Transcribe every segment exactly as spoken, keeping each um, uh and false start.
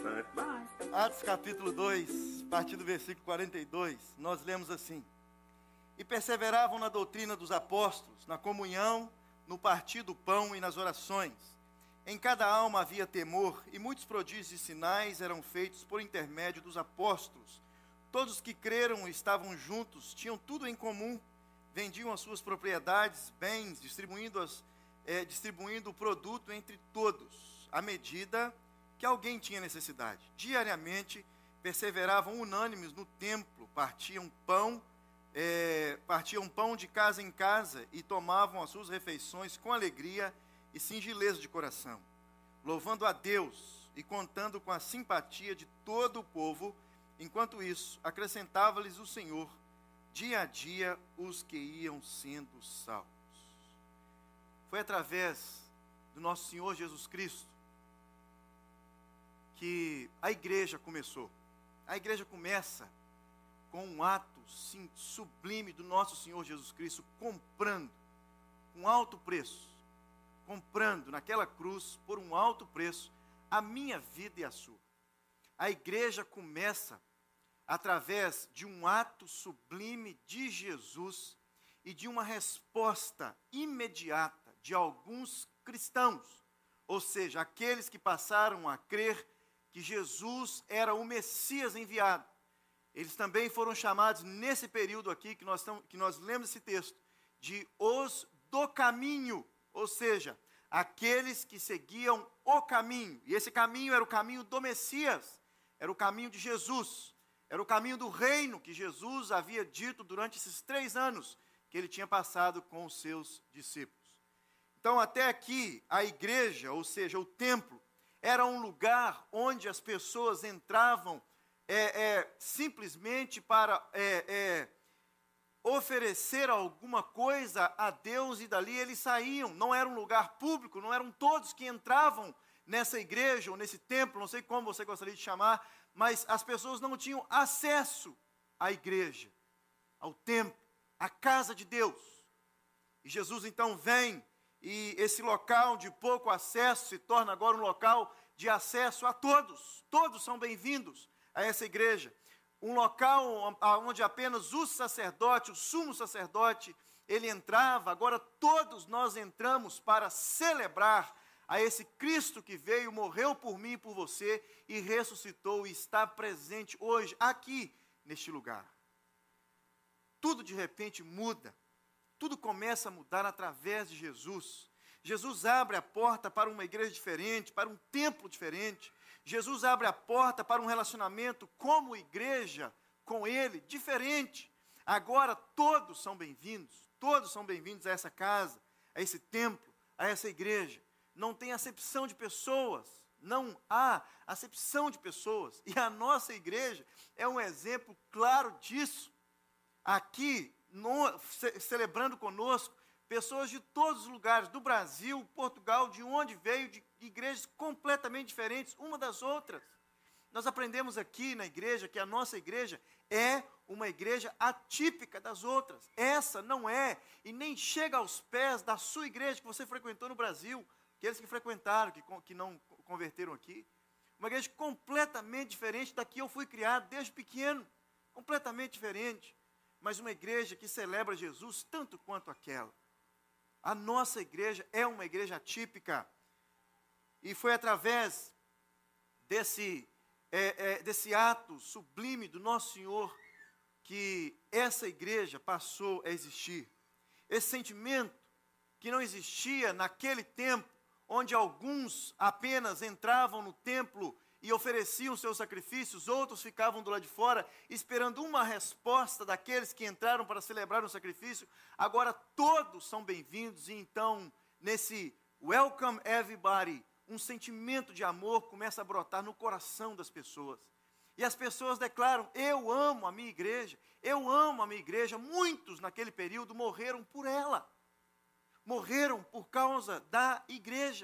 But bye. Atos capítulo dois, a partir do versículo quarenta e dois, nós lemos assim: E perseveravam na doutrina dos apóstolos, na comunhão, no partir do pão e nas orações. Em cada alma havia temor, e muitos prodígios e sinais eram feitos por intermédio dos apóstolos. Todos os que creram estavam juntos, tinham tudo em comum, vendiam as suas propriedades, bens, distribuindo-as, eh, distribuindo o produto entre todos, à medida que alguém tinha necessidade. Diariamente perseveravam unânimes no templo, partiam pão, eh, partiam pão de casa em casa e tomavam as suas refeições com alegria e singeleza de coração, louvando a Deus e contando com a simpatia de todo o povo. Enquanto isso, acrescentava-lhes o Senhor, dia a dia, os que iam sendo salvos. Foi através do nosso Senhor Jesus Cristo que a igreja começou. A igreja começa com um ato sim, sublime do nosso Senhor Jesus Cristo, comprando, com alto preço, comprando naquela cruz, por um alto preço, a minha vida e a sua. A igreja começa através de um ato sublime de Jesus e de uma resposta imediata de alguns cristãos, ou seja, aqueles que passaram a crer que Jesus era o Messias enviado. Eles também foram chamados nesse período aqui, que nós, estamos, que nós lemos esse texto, de os do caminho, ou seja, aqueles que seguiam o caminho. E esse caminho era o caminho do Messias, era o caminho de Jesus, era o caminho do reino que Jesus havia dito durante esses três anos que ele tinha passado com os seus discípulos. Então, até aqui, a igreja, ou seja, o templo, era um lugar onde as pessoas entravam é, é, simplesmente para é, é, oferecer alguma coisa a Deus, e dali eles saíam. Não era um lugar público, não eram todos que entravam nessa igreja ou nesse templo, não sei como você gostaria de chamar, mas as pessoas não tinham acesso à igreja, ao templo, à casa de Deus. E Jesus então vem, e esse local de pouco acesso se torna agora um local de acesso a todos. Todos são bem-vindos a essa igreja. Um local onde apenas o sacerdote, o sumo sacerdote, ele entrava. Agora todos nós entramos para celebrar a esse Cristo que veio, morreu por mim e por você, e ressuscitou e está presente hoje, aqui, neste lugar. Tudo de repente muda. Tudo começa a mudar através de Jesus. Jesus abre a porta para uma igreja diferente, para um templo diferente. Jesus abre a porta para um relacionamento como igreja com Ele, diferente. Agora todos são bem-vindos, todos são bem-vindos a essa casa, a esse templo, a essa igreja. Não tem acepção de pessoas, não há acepção de pessoas. E a nossa igreja é um exemplo claro disso. Aqui, no, ce, celebrando conosco, pessoas de todos os lugares, do Brasil, Portugal, de onde veio, de igrejas completamente diferentes, uma das outras. Nós aprendemos aqui na igreja que a nossa igreja é uma igreja atípica das outras. Essa não é, e nem chega aos pés da sua igreja que você frequentou no Brasil, aqueles que frequentaram, que, que não converteram aqui. Uma igreja completamente diferente da que eu fui criado desde pequeno, completamente diferente. Mas uma igreja que celebra Jesus tanto quanto aquela. A nossa igreja é uma igreja atípica. E foi através desse, é, é, desse ato sublime do nosso Senhor que essa igreja passou a existir. Esse sentimento que não existia naquele tempo, onde alguns apenas entravam no templo e ofereciam seus sacrifícios, outros ficavam do lado de fora, esperando uma resposta daqueles que entraram para celebrar o sacrifício. Agora todos são bem-vindos, e então, nesse welcome everybody, um sentimento de amor começa a brotar no coração das pessoas. E as pessoas declaram: eu amo a minha igreja, eu amo a minha igreja. Muitos naquele período morreram por ela, morreram por causa da igreja.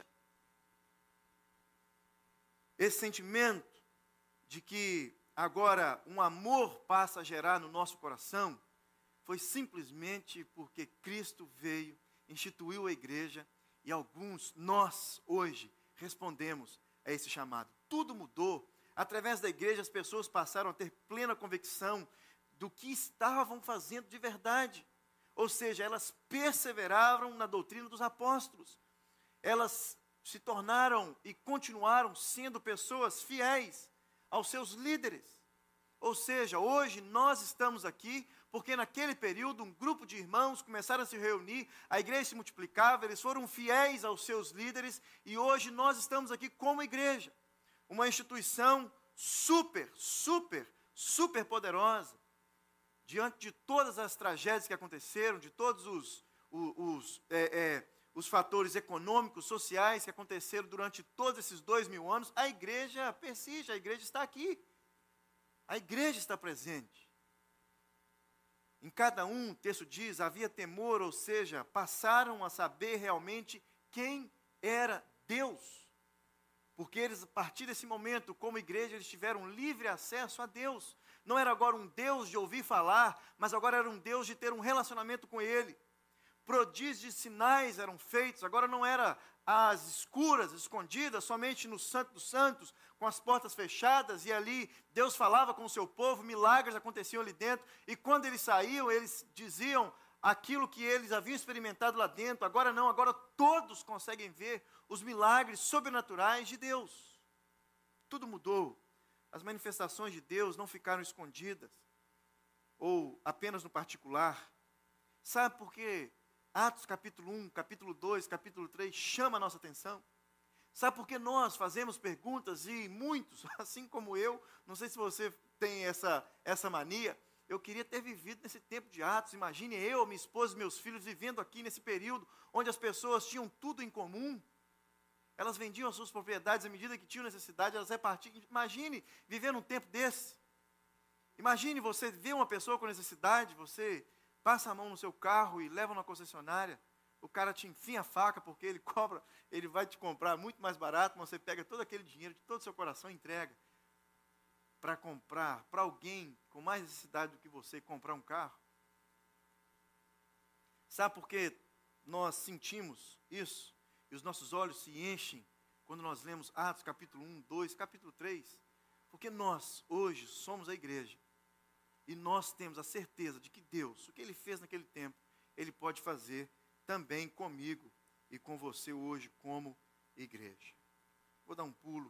Esse sentimento de que agora um amor passa a gerar no nosso coração foi simplesmente porque Cristo veio, instituiu a igreja, e alguns, nós, hoje, respondemos a esse chamado. Tudo mudou Através da igreja, as pessoas passaram a ter plena convicção do que estavam fazendo de verdade. Ou seja, elas perseveraram na doutrina dos apóstolos. Elas se tornaram e continuaram sendo pessoas fiéis aos seus líderes. Ou seja, hoje nós estamos aqui porque naquele período um grupo de irmãos começaram a se reunir, a igreja se multiplicava, eles foram fiéis aos seus líderes e hoje nós estamos aqui como igreja. Uma instituição super, super, super poderosa. Diante de todas as tragédias que aconteceram, de todos os, os, os, é, é, os fatores econômicos, sociais que aconteceram durante todos esses dois mil anos, a igreja persiste, a igreja está aqui. A igreja está presente. Em cada um, o texto diz, havia temor, ou seja, passaram a saber realmente quem era Deus. Porque eles, a partir desse momento, como igreja, eles tiveram livre acesso a Deus. Não era agora um Deus de ouvir falar, mas agora era um Deus de ter um relacionamento com Ele. Prodígios e sinais eram feitos, agora não era às escuras, escondidas, somente no Santo dos Santos, com as portas fechadas, e ali Deus falava com o seu povo, milagres aconteciam ali dentro, e quando eles saíam, eles diziam aquilo que eles haviam experimentado lá dentro. Agora não, agora todos conseguem ver os milagres sobrenaturais de Deus. Tudo mudou. As manifestações de Deus não ficaram escondidas, ou apenas no particular. Sabe por quê? Atos capítulo um, capítulo dois, capítulo três, chama a nossa atenção. Sabe por que nós fazemos perguntas e muitos, assim como eu, não sei se você tem essa, essa mania, eu queria ter vivido nesse tempo de Atos. Imagine eu, minha esposa e meus filhos vivendo aqui nesse período, onde as pessoas tinham tudo em comum. Elas vendiam as suas propriedades à medida que tinham necessidade, elas repartiam. Imagine viver num tempo desse. Imagine você ver uma pessoa com necessidade, você passa a mão no seu carro e leva numa concessionária, o cara te enfia a faca porque ele cobra, ele vai te comprar muito mais barato, mas você pega todo aquele dinheiro de todo o seu coração e entrega para comprar, para alguém com mais necessidade do que você, comprar um carro. Sabe por que nós sentimos isso? E os nossos olhos se enchem quando nós lemos Atos capítulo um, dois, capítulo três. Porque nós, hoje, somos a igreja. E nós temos a certeza de que Deus, o que Ele fez naquele tempo, Ele pode fazer também comigo e com você hoje como igreja. Vou dar um pulo.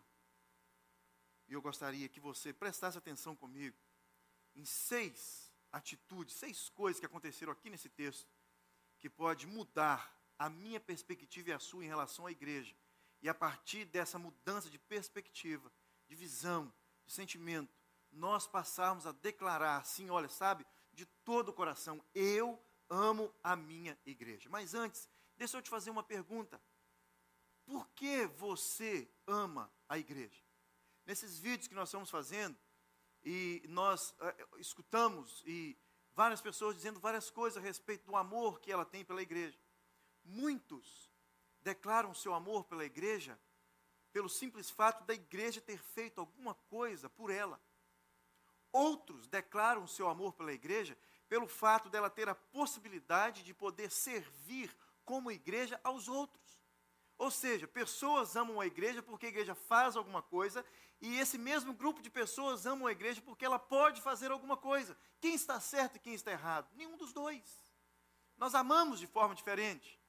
E eu gostaria que você prestasse atenção comigo em seis atitudes, seis coisas que aconteceram aqui nesse texto, que pode mudar a minha perspectiva e a sua em relação à igreja. E a partir dessa mudança de perspectiva, de visão, de sentimento, nós passarmos a declarar assim, olha, sabe, de todo o coração, eu amo a minha igreja. Mas antes, deixa eu te fazer uma pergunta. Por que você ama a igreja? Nesses vídeos que nós estamos fazendo, e nós uh, escutamos, e várias pessoas dizendo várias coisas a respeito do amor que ela tem pela igreja. Muitos declaram seu amor pela igreja pelo simples fato da igreja ter feito alguma coisa por ela. Outros declaram seu amor pela igreja pelo fato dela ter a possibilidade de poder servir como igreja aos outros. Ou seja, pessoas amam a igreja porque a igreja faz alguma coisa, e esse mesmo grupo de pessoas amam a igreja porque ela pode fazer alguma coisa. Quem está certo e quem está errado? Nenhum dos dois. Nós amamos de forma diferente.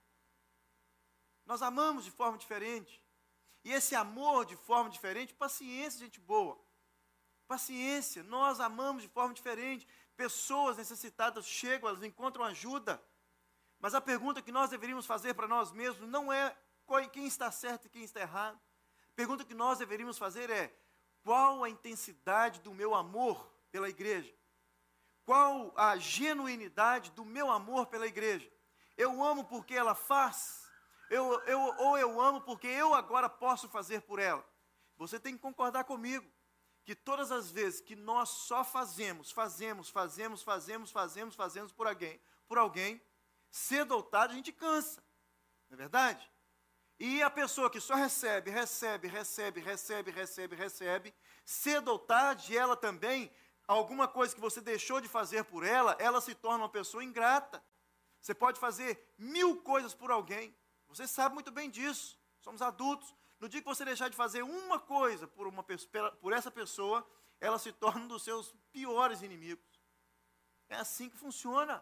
Nós amamos de forma diferente. E esse amor de forma diferente, paciência, gente boa. Paciência, nós amamos de forma diferente. Pessoas necessitadas chegam, elas encontram ajuda. Mas a pergunta que nós deveríamos fazer para nós mesmos não é quem está certo e quem está errado. A pergunta que nós deveríamos fazer é: qual a intensidade do meu amor pela igreja? Qual a genuinidade do meu amor pela igreja? Eu amo porque ela faz, eu, eu, ou eu amo porque eu agora posso fazer por ela? Você tem que concordar comigo que todas as vezes que nós só fazemos, fazemos, fazemos, fazemos, fazemos, fazemos por alguém, por alguém, cedo ou tarde a gente cansa, não é verdade? E a pessoa que só recebe, recebe, recebe, recebe, recebe, recebe, cedo ou tarde ela também, alguma coisa que você deixou de fazer por ela, ela se torna uma pessoa ingrata. Você pode fazer mil coisas por alguém, você sabe muito bem disso, somos adultos, No dia que você deixar de fazer uma coisa por, uma, por essa pessoa, ela se torna um dos seus piores inimigos. É assim que funciona.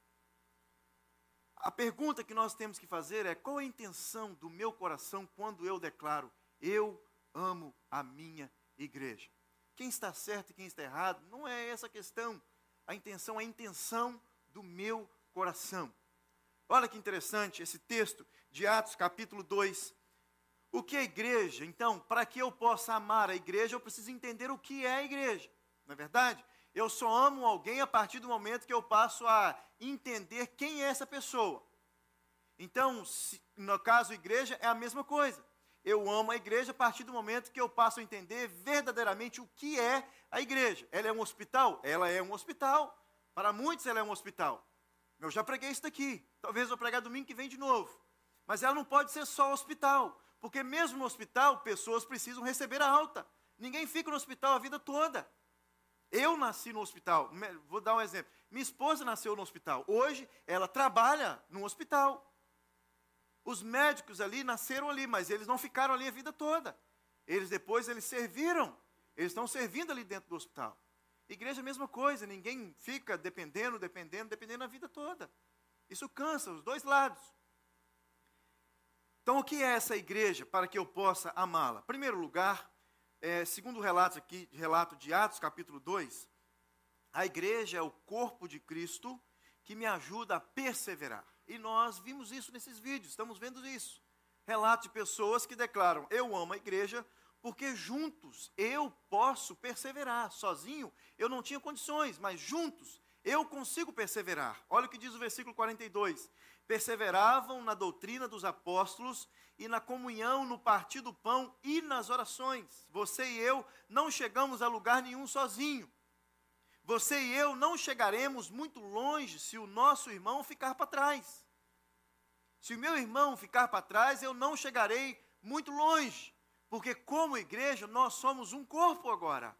A pergunta que nós temos que fazer é: qual é a intenção do meu coração quando eu declaro, eu amo a minha igreja? Quem está certo e quem está errado, não é essa a questão. A intenção é a intenção do meu coração. Olha que interessante esse texto de Atos capítulo dois. O que é a igreja? Então, para que eu possa amar a igreja, eu preciso entender o que é a igreja. Não é verdade? Eu só amo alguém a partir do momento que eu passo a entender quem é essa pessoa. Então, se, no caso igreja, é a mesma coisa. Eu amo a igreja a partir do momento que eu passo a entender verdadeiramente o que é a igreja. Ela é um hospital? Ela é um hospital. Para muitos ela é um hospital. Eu já preguei isso daqui. Talvez eu pregar domingo que vem de novo. Mas ela não pode ser só hospital. Porque mesmo no hospital, pessoas precisam receber a alta. Ninguém fica no hospital a vida toda. Eu nasci no hospital. Vou dar um exemplo. Minha esposa nasceu no hospital. Hoje, ela trabalha no hospital. Os médicos ali nasceram ali, mas eles não ficaram ali a vida toda. Eles depois, eles serviram. Eles estão servindo ali dentro do hospital. Igreja é a mesma coisa. Ninguém fica dependendo, dependendo, dependendo a vida toda. Isso cansa, os dois lados. Então, o que é essa igreja para que eu possa amá-la? Em primeiro lugar, é, segundo o relato aqui, relato de Atos, capítulo dois, a igreja é o corpo de Cristo que me ajuda a perseverar. E nós vimos isso nesses vídeos, estamos vendo isso. Relato de pessoas que declaram, eu amo a igreja porque juntos eu posso perseverar. Sozinho eu não tinha condições, mas juntos eu consigo perseverar. Olha o que diz o versículo quarenta e dois. Perseveravam na doutrina dos apóstolos e na comunhão, no partir do pão e nas orações. Você e eu não chegamos a lugar nenhum sozinho. Você e eu não chegaremos muito longe se o nosso irmão ficar para trás. Se o meu irmão ficar para trás, eu não chegarei muito longe. Porque como igreja, nós somos um corpo agora.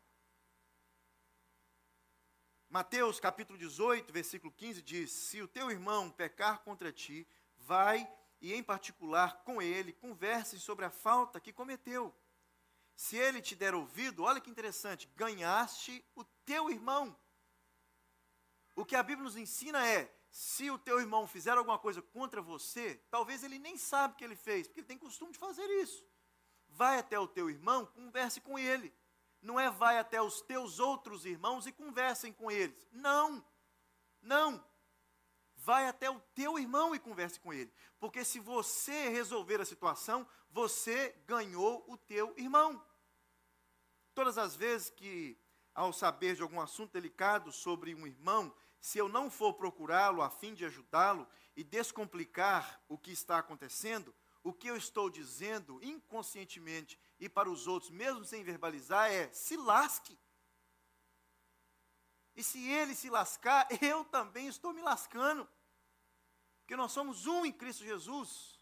Mateus capítulo dezoito, versículo quinze diz, se o teu irmão pecar contra ti, vai e em particular com ele, conversem sobre a falta que cometeu. Se ele te der ouvido, olha que interessante, ganhaste o teu irmão. O que a Bíblia nos ensina é, se o teu irmão fizer alguma coisa contra você, talvez ele nem sabe que ele fez, porque ele tem costume de fazer isso. Vai até o teu irmão, converse com ele. Não é vai até os teus outros irmãos e conversem com eles. Não, não. Vai até o teu irmão e converse com ele. Porque se você resolver a situação, você ganhou o teu irmão. Todas as vezes que, ao saber de algum assunto delicado sobre um irmão, se eu não for procurá-lo a fim de ajudá-lo e descomplicar o que está acontecendo, o que eu estou dizendo inconscientemente e para os outros, mesmo sem verbalizar, é se lasque. E se ele se lascar, eu também estou me lascando. Porque nós somos um em Cristo Jesus.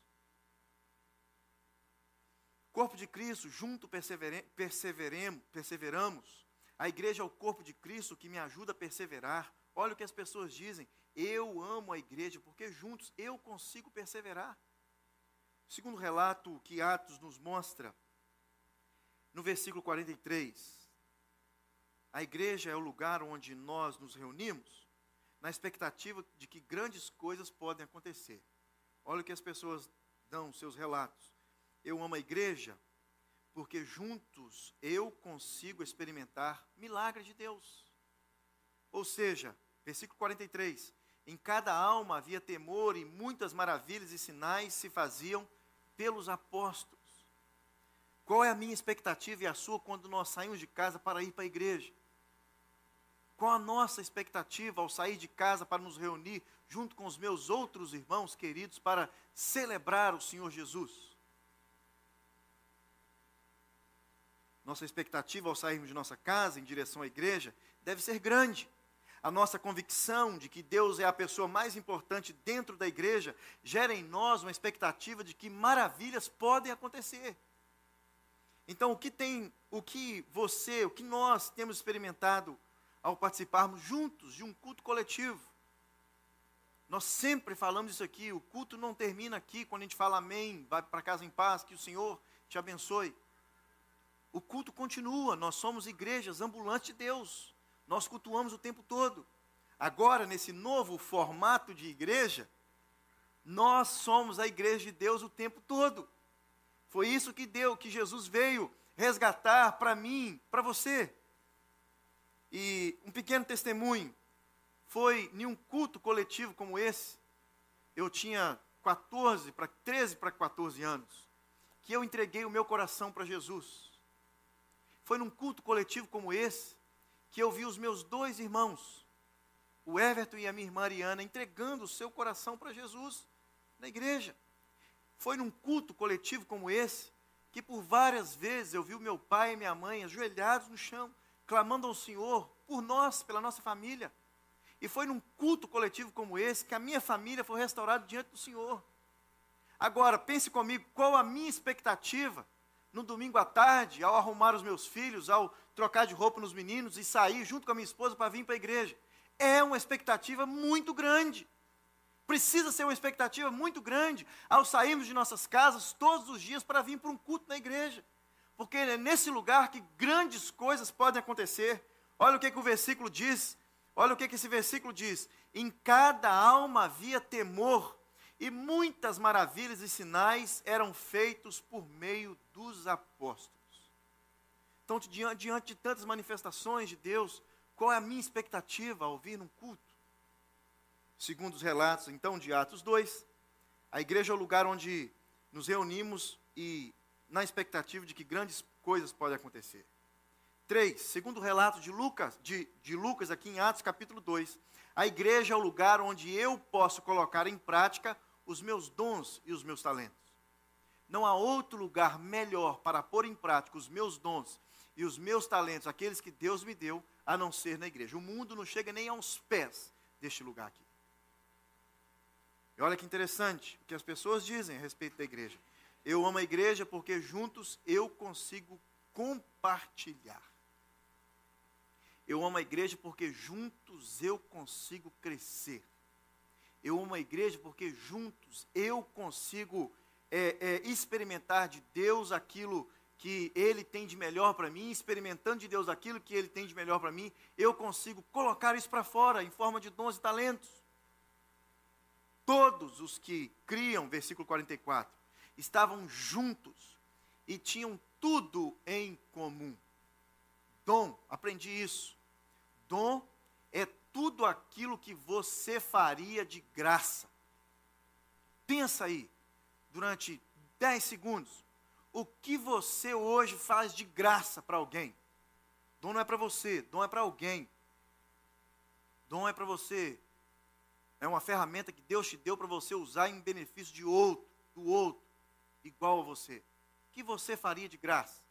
Corpo de Cristo, junto persevere, perseveremos, perseveramos. A igreja é o corpo de Cristo que me ajuda a perseverar. Olha o que as pessoas dizem. Eu amo a igreja porque juntos eu consigo perseverar. Segundo relato que Atos nos mostra, no versículo quarenta e três, a igreja é o lugar onde nós nos reunimos, na expectativa de que grandes coisas podem acontecer. Olha o que as pessoas dão, seus relatos. Eu amo a igreja porque juntos eu consigo experimentar milagres de Deus. Ou seja, versículo quarenta e três, em cada alma havia temor e muitas maravilhas e sinais se faziam pelos apóstolos. Qual é a minha expectativa e a sua quando nós saímos de casa para ir para a igreja? Qual a nossa expectativa ao sair de casa para nos reunir junto com os meus outros irmãos queridos para celebrar o Senhor Jesus? Nossa expectativa ao sairmos de nossa casa em direção à igreja deve ser grande. A nossa convicção de que Deus é a pessoa mais importante dentro da igreja gera em nós uma expectativa de que maravilhas podem acontecer. Então, o que tem, o que você, o que nós temos experimentado ao participarmos juntos de um culto coletivo? Nós sempre falamos isso aqui, o culto não termina aqui, quando a gente fala amém, vai para casa em paz, que o Senhor te abençoe. O culto continua, nós somos igrejas ambulantes de Deus. Nós cultuamos o tempo todo. Agora, nesse novo formato de igreja, nós somos a igreja de Deus o tempo todo. Foi isso que deu, que Jesus veio resgatar para mim, para você. E um pequeno testemunho, foi em um culto coletivo como esse, eu tinha quatorze, para treze para quatorze anos, que eu entreguei o meu coração para Jesus. Foi num culto coletivo como esse, que eu vi os meus dois irmãos, o Everton e a minha irmã Ariana, entregando o seu coração para Jesus na igreja. Foi num culto coletivo como esse, que por várias vezes eu vi o meu pai e minha mãe ajoelhados no chão, clamando ao Senhor por nós, pela nossa família. E foi num culto coletivo como esse que a minha família foi restaurada diante do Senhor. Agora, pense comigo, qual a minha expectativa no domingo à tarde, ao arrumar os meus filhos, ao trocar de roupa nos meninos e sair junto com a minha esposa para vir para a igreja? É uma expectativa muito grande. Precisa ser uma expectativa muito grande ao sairmos de nossas casas todos os dias para vir para um culto na igreja. Porque é nesse lugar que grandes coisas podem acontecer. Olha o que, que o versículo diz. Olha o que, que esse versículo diz. Em cada alma havia temor, e muitas maravilhas e sinais eram feitos por meio dos apóstolos. Então, diante, diante de tantas manifestações de Deus, qual é a minha expectativa ao vir num culto? Segundo os relatos, então, de Atos dois, a igreja é o lugar onde nos reunimos e na expectativa de que grandes coisas podem acontecer. três. Segundo o relato de Lucas, de, de Lucas, aqui em Atos capítulo dois, a igreja é o lugar onde eu posso colocar em prática os meus dons e os meus talentos. Não há outro lugar melhor para pôr em prática os meus dons e os meus talentos, aqueles que Deus me deu, a não ser na igreja. O mundo não chega nem aos pés deste lugar aqui. E olha que interessante o que as pessoas dizem a respeito da igreja. Eu amo a igreja porque juntos eu consigo compartilhar. Eu amo a igreja porque juntos eu consigo crescer. Eu amo a igreja porque juntos eu consigo é, é, experimentar de Deus aquilo que Ele tem de melhor para mim, experimentando de Deus aquilo que Ele tem de melhor para mim, eu consigo colocar isso para fora, em forma de dons e talentos. Todos os que criam, versículo quarenta e quatro, estavam juntos e tinham tudo em comum. Dom, aprendi isso. Dom é tudo aquilo que você faria de graça. Pensa aí, durante dez segundos, o que você hoje faz de graça para alguém. Dom não é para você, dom é para alguém. Dom é para você. É uma ferramenta que Deus te deu para você usar em benefício de outro, do outro, igual a você. O que você faria de graça?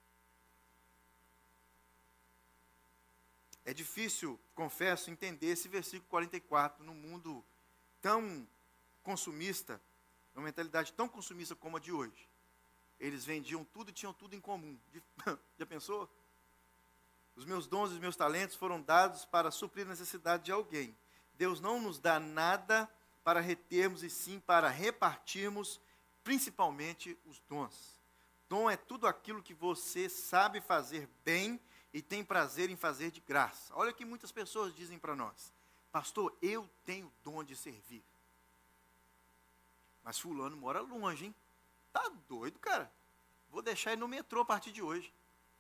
É difícil, confesso, entender esse versículo quarenta e quatro num mundo tão consumista, uma mentalidade tão consumista como a de hoje. Eles vendiam tudo e tinham tudo em comum. Já pensou? Os meus dons e os meus talentos foram dados para suprir a necessidade de alguém. Deus não nos dá nada para retermos, e sim para repartirmos, principalmente os dons. Dom é tudo aquilo que você sabe fazer bem e tem prazer em fazer de graça. Olha o que muitas pessoas dizem para nós. Pastor, eu tenho dom de servir. Mas fulano mora longe, hein? Tá doido, cara? Vou deixar ele no metrô a partir de hoje.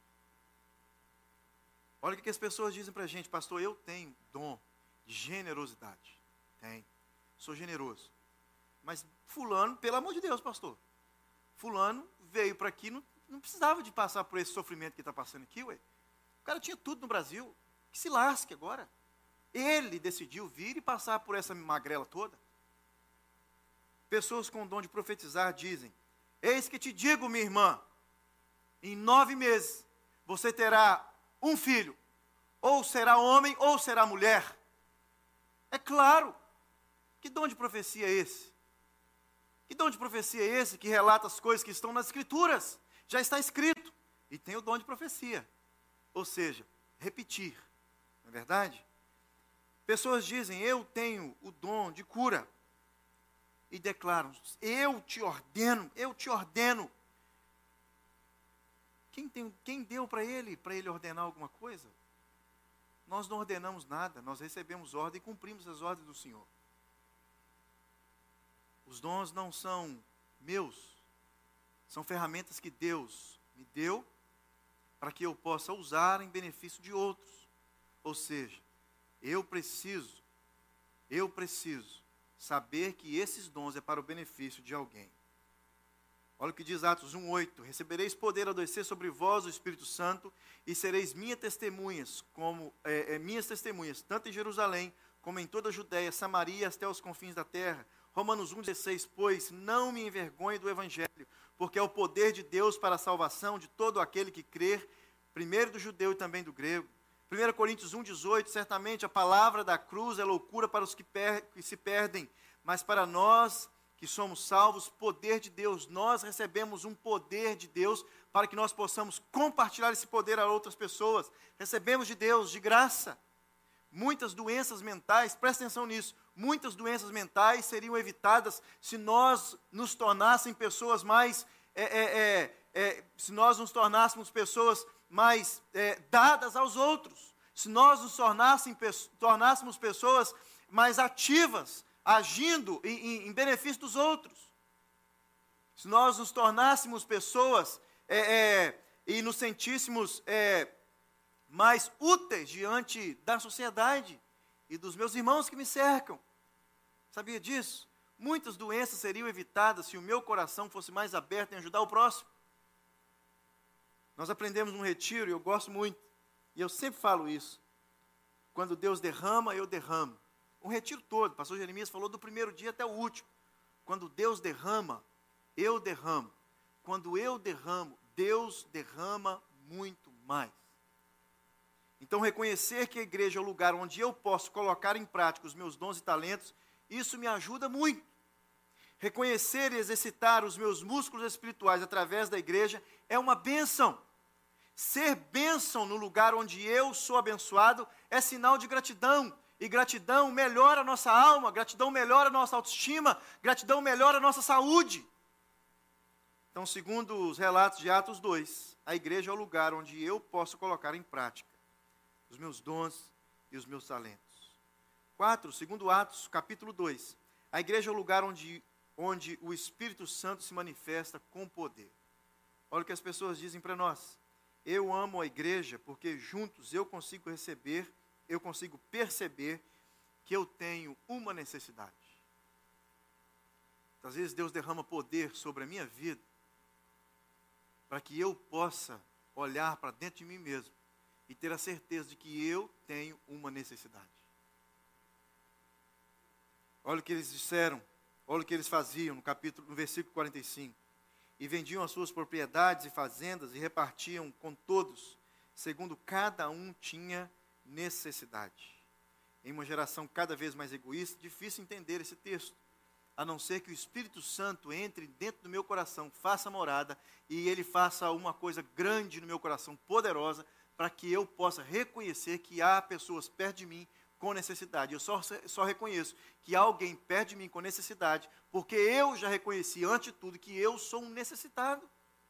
Olha o que as pessoas dizem para a gente. Pastor, eu tenho dom de generosidade. Tenho. Sou generoso. Mas fulano, pelo amor de Deus, pastor. Fulano veio para aqui, não, não precisava de passar por esse sofrimento que está passando aqui, ué. O cara tinha tudo no Brasil. Que se lasque agora. Ele decidiu vir e passar por essa magrela toda. Pessoas com o dom de profetizar dizem: eis que te digo, minha irmã, em nove meses você terá um filho, ou será homem ou será mulher. É claro. Que dom de profecia é esse? Que dom de profecia é esse que relata as coisas que estão nas Escrituras? Já está escrito. E tem o dom de profecia. Ou seja, repetir. Não é verdade? Pessoas dizem: eu tenho o dom de cura. E declaram: eu te ordeno, eu te ordeno. Quem, tem, quem deu para ele, para ele ordenar alguma coisa? Nós não ordenamos nada, nós recebemos ordem e cumprimos as ordens do Senhor. Os dons não são meus, são ferramentas que Deus me deu para que eu possa usar em benefício de outros. Ou seja, eu preciso, eu preciso saber que esses dons é para o benefício de alguém. Olha o que diz Atos um, oito. Recebereis poder ao descer sobre vós o Espírito Santo e sereis minhas testemunhas, como, é, é, minhas testemunhas, tanto em Jerusalém, como em toda a Judéia, Samaria, até os confins da terra. Romanos um, dezesseis. Pois não me envergonhe do Evangelho, porque é o poder de Deus para a salvação de todo aquele que crer, primeiro do judeu e também do grego. primeira Coríntios um, dezoito. Certamente a palavra da cruz é loucura para os que, per que se perdem, mas para nós que somos salvos, poder de Deus. Nós recebemos um poder de Deus para que nós possamos compartilhar esse poder a outras pessoas. Recebemos de Deus, de graça. Muitas doenças mentais, presta atenção nisso, muitas doenças mentais seriam evitadas se nós nos tornássemos pessoas mais, é, é, é, é, se nós nos tornássemos pessoas mais é, dadas aos outros, se nós nos tornássemos, tornássemos pessoas mais ativas, agindo em, em, em benefício dos outros. Se nós nos tornássemos pessoas é, é, e nos sentíssemos é, mais úteis diante da sociedade e dos meus irmãos que me cercam. Sabia disso? Muitas doenças seriam evitadas se o meu coração fosse mais aberto em ajudar o próximo. Nós aprendemos num retiro, e eu gosto muito, e eu sempre falo isso. Quando Deus derrama, eu derramo. Um retiro todo, o pastor Jeremias falou do primeiro dia até o último. Quando Deus derrama, eu derramo. Quando eu derramo, Deus derrama muito mais. Então, reconhecer que a igreja é o lugar onde eu posso colocar em prática os meus dons e talentos, isso me ajuda muito. Reconhecer e exercitar os meus músculos espirituais através da igreja é uma bênção. Ser bênção no lugar onde eu sou abençoado é sinal de gratidão. E gratidão melhora a nossa alma, gratidão melhora a nossa autoestima, gratidão melhora a nossa saúde. Então, segundo os relatos de Atos dois, a igreja é o lugar onde eu posso colocar em prática os meus dons e os meus talentos. Quatro, segundo Atos, capítulo dois, a igreja é o lugar onde, onde o Espírito Santo se manifesta com poder. Olha o que as pessoas dizem para nós. Eu amo a igreja porque juntos eu consigo receber eu consigo perceber que eu tenho uma necessidade. Às vezes Deus derrama poder sobre a minha vida para que eu possa olhar para dentro de mim mesmo e ter a certeza de que eu tenho uma necessidade. Olha o que eles disseram, olha o que eles faziam no capítulo, no versículo quarenta e cinco. E vendiam as suas propriedades e fazendas e repartiam com todos, segundo cada um tinha necessidade. Em uma geração cada vez mais egoísta, difícil entender esse texto, a não ser que o Espírito Santo entre dentro do meu coração, faça morada, e ele faça uma coisa grande no meu coração, poderosa, para que eu possa reconhecer que há pessoas perto de mim com necessidade. Eu só, só reconheço que há alguém perto de mim com necessidade, porque eu já reconheci, antes de tudo, que eu sou um necessitado.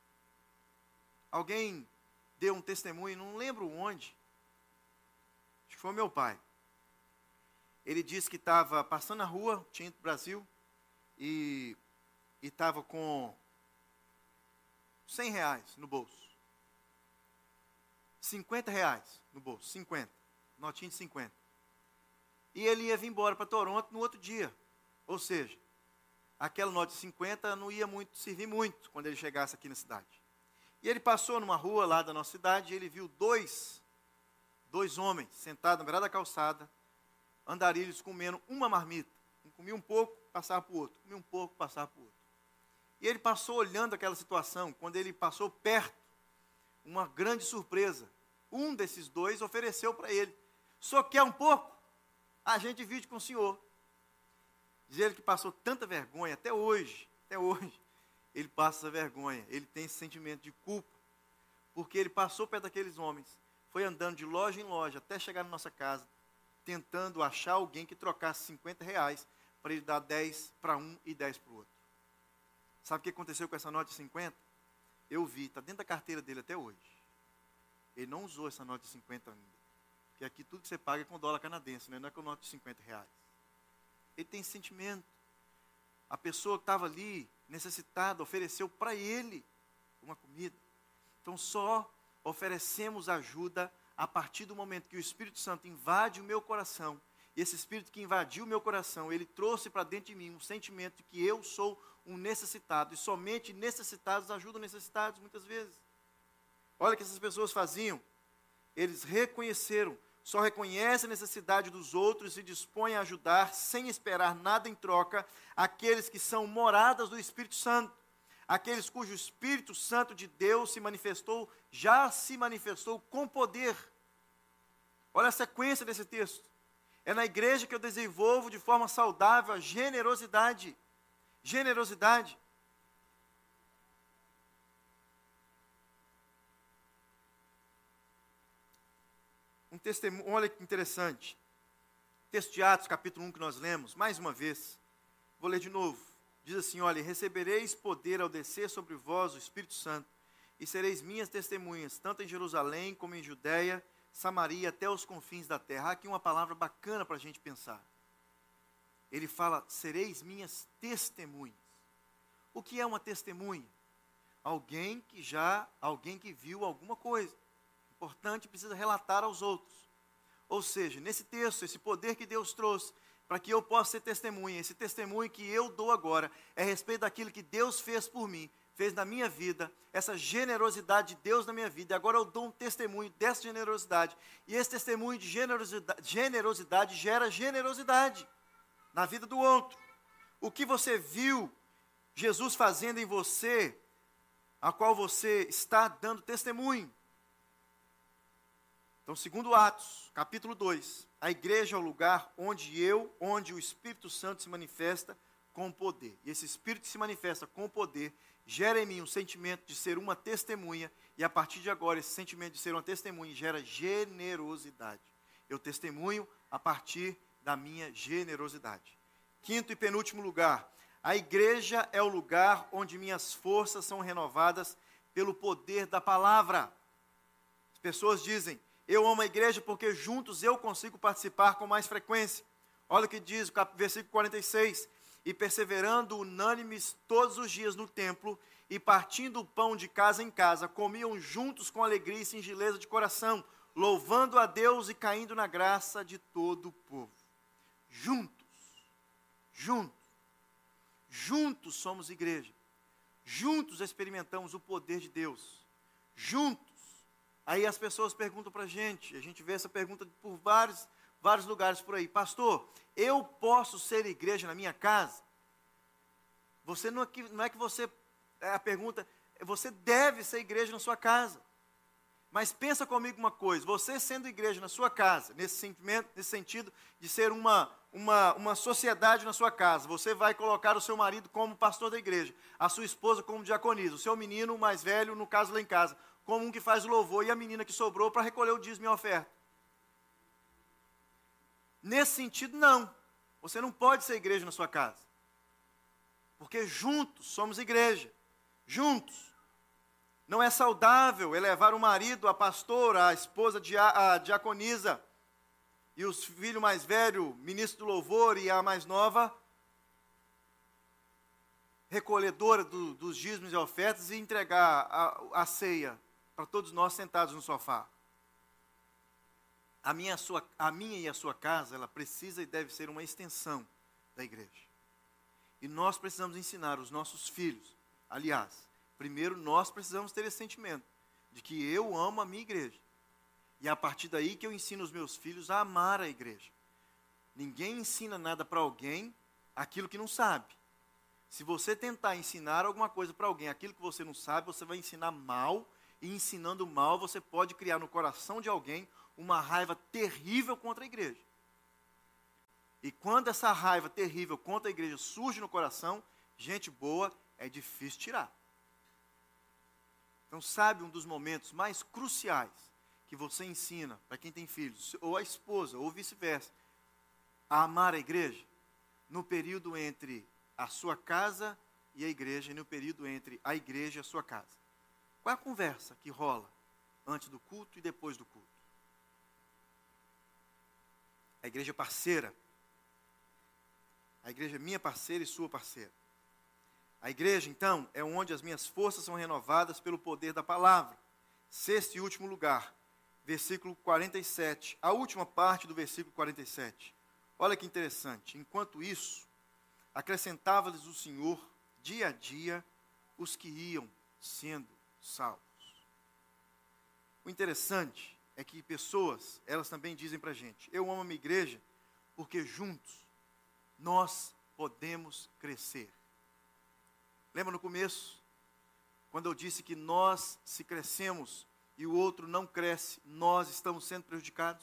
Alguém deu um testemunho, não lembro onde, acho que foi o meu pai. Ele disse que estava passando na rua, tinha ido para o Brasil, e estava com cem reais no bolso. cinquenta reais no bolso, cinquenta, notinha de cinquenta. E ele ia vir embora para Toronto no outro dia. Ou seja, aquela nota de cinquenta não ia muito, servir muito quando ele chegasse aqui na cidade. E ele passou numa rua lá da nossa cidade e ele viu dois, dois homens sentados na beirada da calçada, andarilhos comendo uma marmita. Um comia um pouco, passava para o outro. Comia um pouco, passava para o outro. E ele passou olhando aquela situação. Quando ele passou perto, uma grande surpresa. Um desses dois ofereceu para ele. Só quer um pouco? A gente divide com o senhor. Diz ele que passou tanta vergonha, até hoje, até hoje, ele passa essa vergonha. Ele tem esse sentimento de culpa. Porque ele passou perto daqueles homens, foi andando de loja em loja, até chegar na nossa casa, tentando achar alguém que trocasse cinquenta reais para ele dar dez para um e dez para o outro. Sabe o que aconteceu com essa nota de cinquenta? eu vi, está dentro da carteira dele até hoje. Ele não usou essa nota de cinquenta ainda. Porque aqui tudo que você paga é com dólar canadense, né? Não é com nota de cinquenta reais. Ele tem esse sentimento. A pessoa que estava ali, necessitada, ofereceu para ele uma comida. Então só oferecemos ajuda a partir do momento que o Espírito Santo invade o meu coração. E esse Espírito que invadiu o meu coração, ele trouxe para dentro de mim um sentimento de que eu sou um necessitado. E somente necessitados ajudam necessitados muitas vezes. Olha o que essas pessoas faziam. Eles reconheceram, só reconhecem a necessidade dos outros e se dispõem a ajudar, sem esperar nada em troca, aqueles que são moradas do Espírito Santo. Aqueles cujo Espírito Santo de Deus se manifestou, já se manifestou com poder. Olha a sequência desse texto. É na igreja que eu desenvolvo de forma saudável a generosidade. Generosidade. Um testemunho, olha que interessante. Texto de Atos, capítulo um, que nós lemos, mais uma vez. Vou ler de novo. Diz assim, olha, recebereis poder ao descer sobre vós o Espírito Santo, e sereis minhas testemunhas, tanto em Jerusalém como em Judeia, Samaria, até os confins da terra. Há aqui uma palavra bacana para a gente pensar. Ele fala, sereis minhas testemunhas. O que é uma testemunha? Alguém que já, alguém que viu alguma coisa. Importante, precisa relatar aos outros. Ou seja, nesse texto, esse poder que Deus trouxe, para que eu possa ser testemunha, esse testemunho que eu dou agora, é a respeito daquilo que Deus fez por mim, fez na minha vida, essa generosidade de Deus na minha vida, e agora eu dou um testemunho dessa generosidade, e esse testemunho de generosidade, generosidade gera generosidade na vida do outro. O que você viu Jesus fazendo em você, a qual você está dando testemunho. Então, segundo Atos, capítulo dois, a igreja é o lugar onde eu, onde o Espírito Santo se manifesta com poder. E esse Espírito que se manifesta com poder gera em mim um sentimento de ser uma testemunha, e a partir de agora esse sentimento de ser uma testemunha gera generosidade. Eu testemunho a partir da minha generosidade. Quinto e penúltimo lugar, a igreja é o lugar onde minhas forças são renovadas pelo poder da palavra. As pessoas dizem, eu amo a igreja porque juntos eu consigo participar com mais frequência. Olha o que diz o versículo quarenta e seis. E perseverando unânimes todos os dias no templo, e partindo o pão de casa em casa, comiam juntos com alegria e singeleza de coração, louvando a Deus e caindo na graça de todo o povo. Juntos, juntos, juntos somos igreja. Juntos experimentamos o poder de Deus. Juntos. Aí as pessoas perguntam para a gente, a gente vê essa pergunta por vários, vários lugares por aí. Pastor, eu posso ser igreja na minha casa? Você não é que, não é que você, a pergunta, você deve ser igreja na sua casa. Mas pensa comigo uma coisa, você sendo igreja na sua casa, nesse sentimento, nesse sentido de ser uma, uma, uma sociedade na sua casa, você vai colocar o seu marido como pastor da igreja, a sua esposa como diaconisa, o seu menino mais velho, no caso lá em casa, como um que faz o louvor, e a menina que sobrou para recolher o dízimo e a oferta. Nesse sentido, não. Você não pode ser igreja na sua casa. Porque juntos somos igreja. Juntos. Não é saudável elevar o marido, a pastora, a esposa, a diaconisa, e os filhos mais velhos, ministro do louvor, e a mais nova, recolhedora do, dos dízimos e ofertas, e entregar a, a ceia para todos nós sentados no sofá. A minha, a, sua, a minha e a sua casa, ela precisa e deve ser uma extensão da igreja. E nós precisamos ensinar os nossos filhos. Aliás, primeiro nós precisamos ter esse sentimento de que eu amo a minha igreja. E é a partir daí que eu ensino os meus filhos a amar a igreja. Ninguém ensina nada para alguém aquilo que não sabe. Se você tentar ensinar alguma coisa para alguém, aquilo que você não sabe, você vai ensinar mal, e ensinando mal, você pode criar no coração de alguém uma raiva terrível contra a igreja. E quando essa raiva terrível contra a igreja surge no coração, gente boa, é difícil tirar. Então, sabe um dos momentos mais cruciais que você ensina para quem tem filhos, ou a esposa, ou vice-versa, a amar a igreja? No período entre a sua casa e a igreja, e no período entre a igreja e a sua casa. Qual é a conversa que rola antes do culto e depois do culto? A igreja parceira. A igreja é minha parceira e sua parceira. A igreja, então, é onde as minhas forças são renovadas pelo poder da palavra. Sexto e último lugar, versículo quarenta e sete. A última parte do versículo quarenta e sete. Olha que interessante. Enquanto isso, acrescentava-lhes o Senhor, dia a dia, os que iam sendo salvos. O interessante é que pessoas, elas também dizem para a gente, eu amo a minha igreja porque juntos nós podemos crescer. Lembra no começo, quando eu disse que nós, se crescemos e o outro não cresce, nós estamos sendo prejudicados?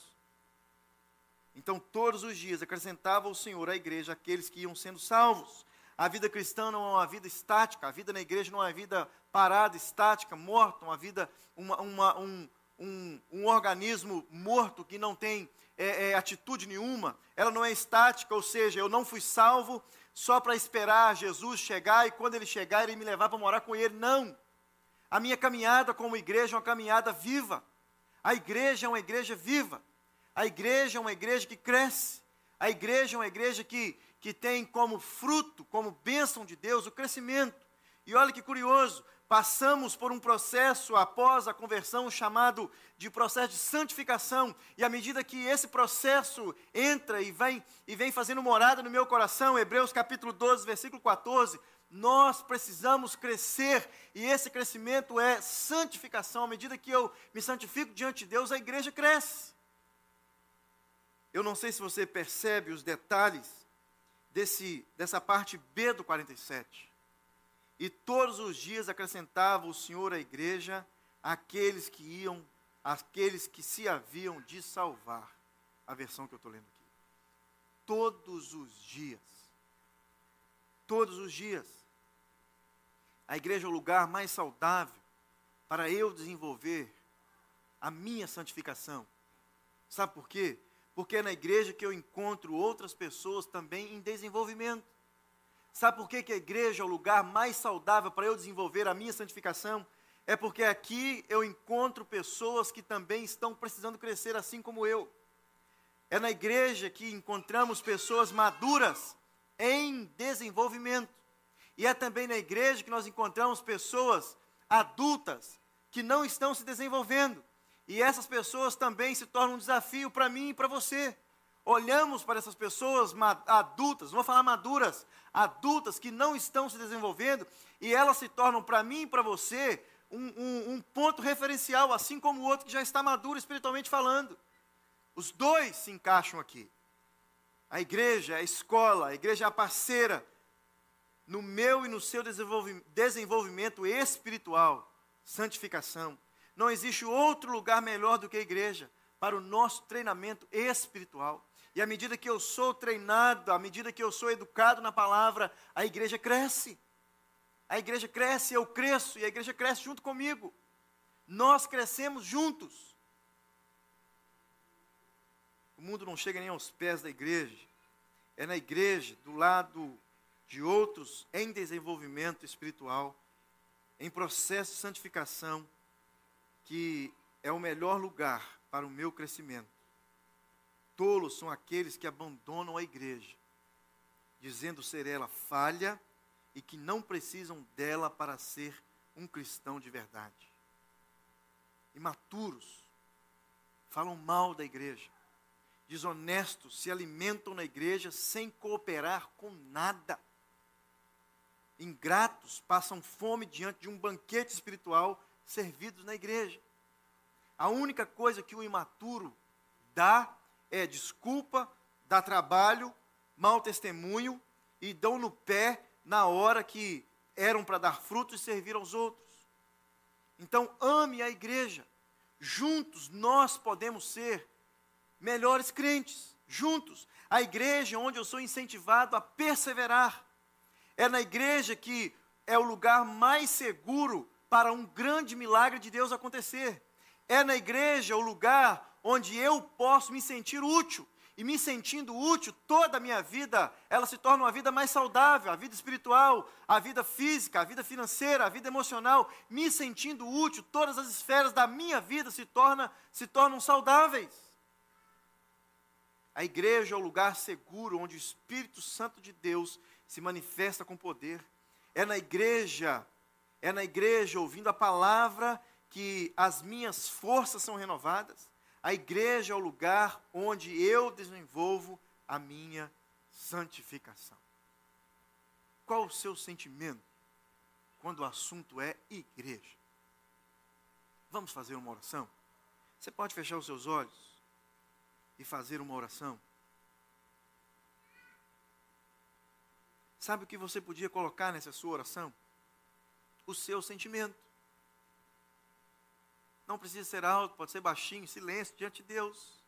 Então, todos os dias, acrescentava o Senhor à igreja aqueles que iam sendo salvos. A vida cristã não é uma vida estática, a vida na igreja não é uma vida parada, estática, morta, uma vida, uma, uma, um, um, um organismo morto que não tem é, é, atitude nenhuma. Ela não é estática, ou seja, eu não fui salvo só para esperar Jesus chegar e quando ele chegar ele me levar para morar com ele. Não. A minha caminhada como igreja é uma caminhada viva. A igreja é uma igreja viva. A igreja é uma igreja que cresce. A igreja é uma igreja que, que tem como fruto, como bênção de Deus, o crescimento. E olha que curioso, passamos por um processo após a conversão chamado de processo de santificação. E à medida que esse processo entra e vem, e vem fazendo morada no meu coração, Hebreus capítulo doze, versículo quatorze, nós precisamos crescer, e esse crescimento é santificação. À medida que eu me santifico diante de Deus, a igreja cresce. Eu não sei se você percebe os detalhes desse, dessa parte B do quarenta e sete. E todos os dias acrescentava o Senhor à igreja aqueles que iam, aqueles que se haviam de salvar. A versão que eu estou lendo aqui. Todos os dias. Todos os dias. A igreja é o lugar mais saudável para eu desenvolver a minha santificação. Sabe por quê? Porque é na igreja que eu encontro outras pessoas também em desenvolvimento. Sabe por quê que a igreja é o lugar mais saudável para eu desenvolver a minha santificação? É porque aqui eu encontro pessoas que também estão precisando crescer assim como eu. É na igreja que encontramos pessoas maduras em desenvolvimento. E é também na igreja que nós encontramos pessoas adultas que não estão se desenvolvendo. E essas pessoas também se tornam um desafio para mim e para você. Olhamos para essas pessoas adultas, vou falar maduras, adultas que não estão se desenvolvendo, e elas se tornam para mim e para você um, um, um ponto referencial, assim como o outro que já está maduro espiritualmente falando. Os dois se encaixam aqui. A igreja, a escola, a igreja é a parceira no meu e no seu desenvolvimento espiritual, santificação. Não existe outro lugar melhor do que a igreja para o nosso treinamento espiritual. E à medida que eu sou treinado, à medida que eu sou educado na palavra, a igreja cresce. A igreja cresce, eu cresço, e a igreja cresce junto comigo. Nós crescemos juntos. O mundo não chega nem aos pés da igreja. É na igreja, do lado de outros em desenvolvimento espiritual, em processo de santificação, que é o melhor lugar para o meu crescimento. Tolos são aqueles que abandonam a igreja, dizendo ser ela falha e que não precisam dela para ser um cristão de verdade. Imaturos, falam mal da igreja. Desonestos, se alimentam na igreja sem cooperar com nada. Ingratos, passam fome diante de um banquete espiritual servidos na igreja. A única coisa que o imaturo dá é desculpa, dá trabalho, mau testemunho e dão no pé na hora que eram para dar frutos e servir aos outros. Então ame a igreja. Juntos nós podemos ser melhores crentes. Juntos. A igreja onde eu sou incentivado a perseverar. É na igreja que é o lugar mais seguro para um grande milagre de Deus acontecer. É na igreja o lugar onde eu posso me sentir útil. e me sentindo útil, toda a minha vida, ela se torna uma vida mais saudável, a vida espiritual, a vida física, a vida financeira, a vida emocional, me sentindo útil, todas as esferas da minha vida se, torna, se tornam saudáveis. A igreja é o lugar seguro onde o Espírito Santo de Deus se manifesta com poder. É na igreja, é na igreja, ouvindo a palavra, que as minhas forças são renovadas. A igreja é o lugar onde eu desenvolvo a minha santificação. Qual o seu sentimento quando o assunto é igreja? Vamos fazer uma oração? Você pode fechar os seus olhos e fazer uma oração? Sabe o que você podia colocar nessa sua oração? O seu sentimento. Não precisa ser alto, pode ser baixinho, silêncio diante de Deus.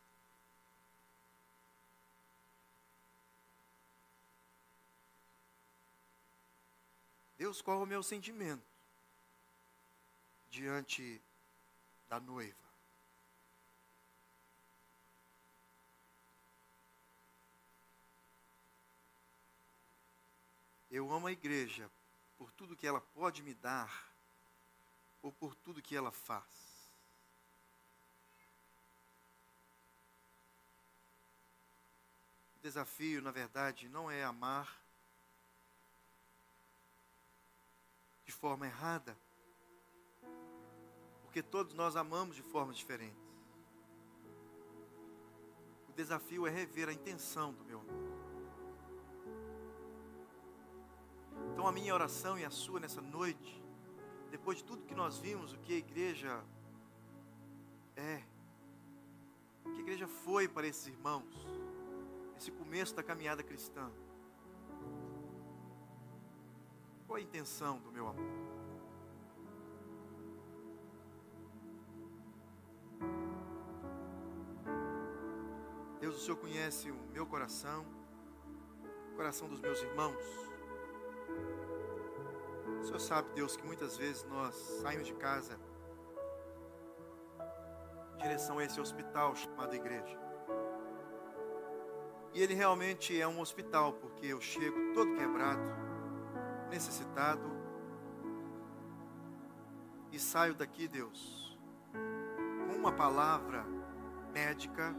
Deus, qual é o meu sentimento diante da noiva? Eu amo a igreja por tudo que ela pode me dar ou por tudo que ela faz. O desafio, na verdade, não é amar de forma errada, porque todos nós amamos de formas diferentes. O desafio é rever a intenção do meu amor. Então a minha oração e a sua nessa noite, depois de tudo que nós vimos, o que a igreja é, o que a igreja foi para esses irmãos, esse começo da caminhada cristã, qual a intenção do meu amor? Deus, o Senhor conhece o meu coração, o coração dos meus irmãos. O Senhor sabe, Deus, que muitas vezes nós saímos de casa em direção a esse hospital chamado igreja. E ele realmente é um hospital, porque eu chego todo quebrado, necessitado, e saio daqui, Deus, com uma palavra médica.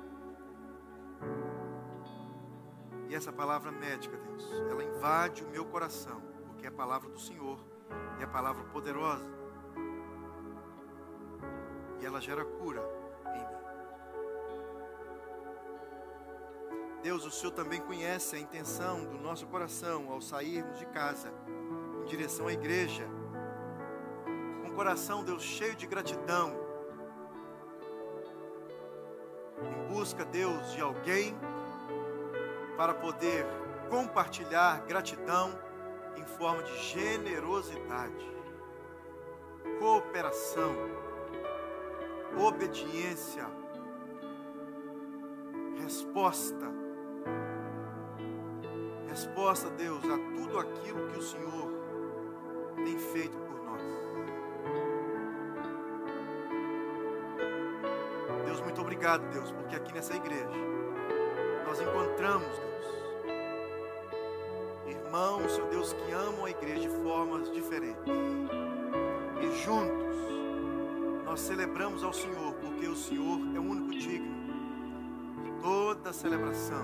E essa palavra médica, Deus, ela invade o meu coração, porque é a palavra do Senhor, é a palavra poderosa, e ela gera cura em mim. Deus, o Senhor também conhece a intenção do nosso coração ao sairmos de casa em direção à igreja, com o coração, Deus, cheio de gratidão, em busca, Deus, de alguém para poder compartilhar gratidão em forma de generosidade, cooperação, obediência, resposta, resposta, Deus, a tudo aquilo que o Senhor tem feito por nós. Deus, muito obrigado, Deus, porque aqui nessa igreja nós encontramos, Deus, irmãos, Senhor Deus, que amam a igreja de formas diferentes. E juntos nós celebramos ao Senhor, porque o Senhor é o único digno de toda celebração.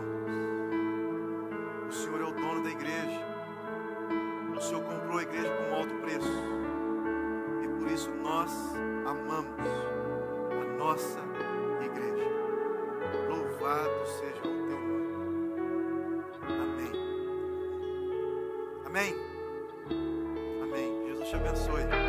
O Senhor é o dono da igreja. O Senhor comprou a igreja com um alto preço. E por isso nós amamos a nossa igreja. Louvado seja o teu nome. Amém. Amém. Amém. Jesus te abençoe.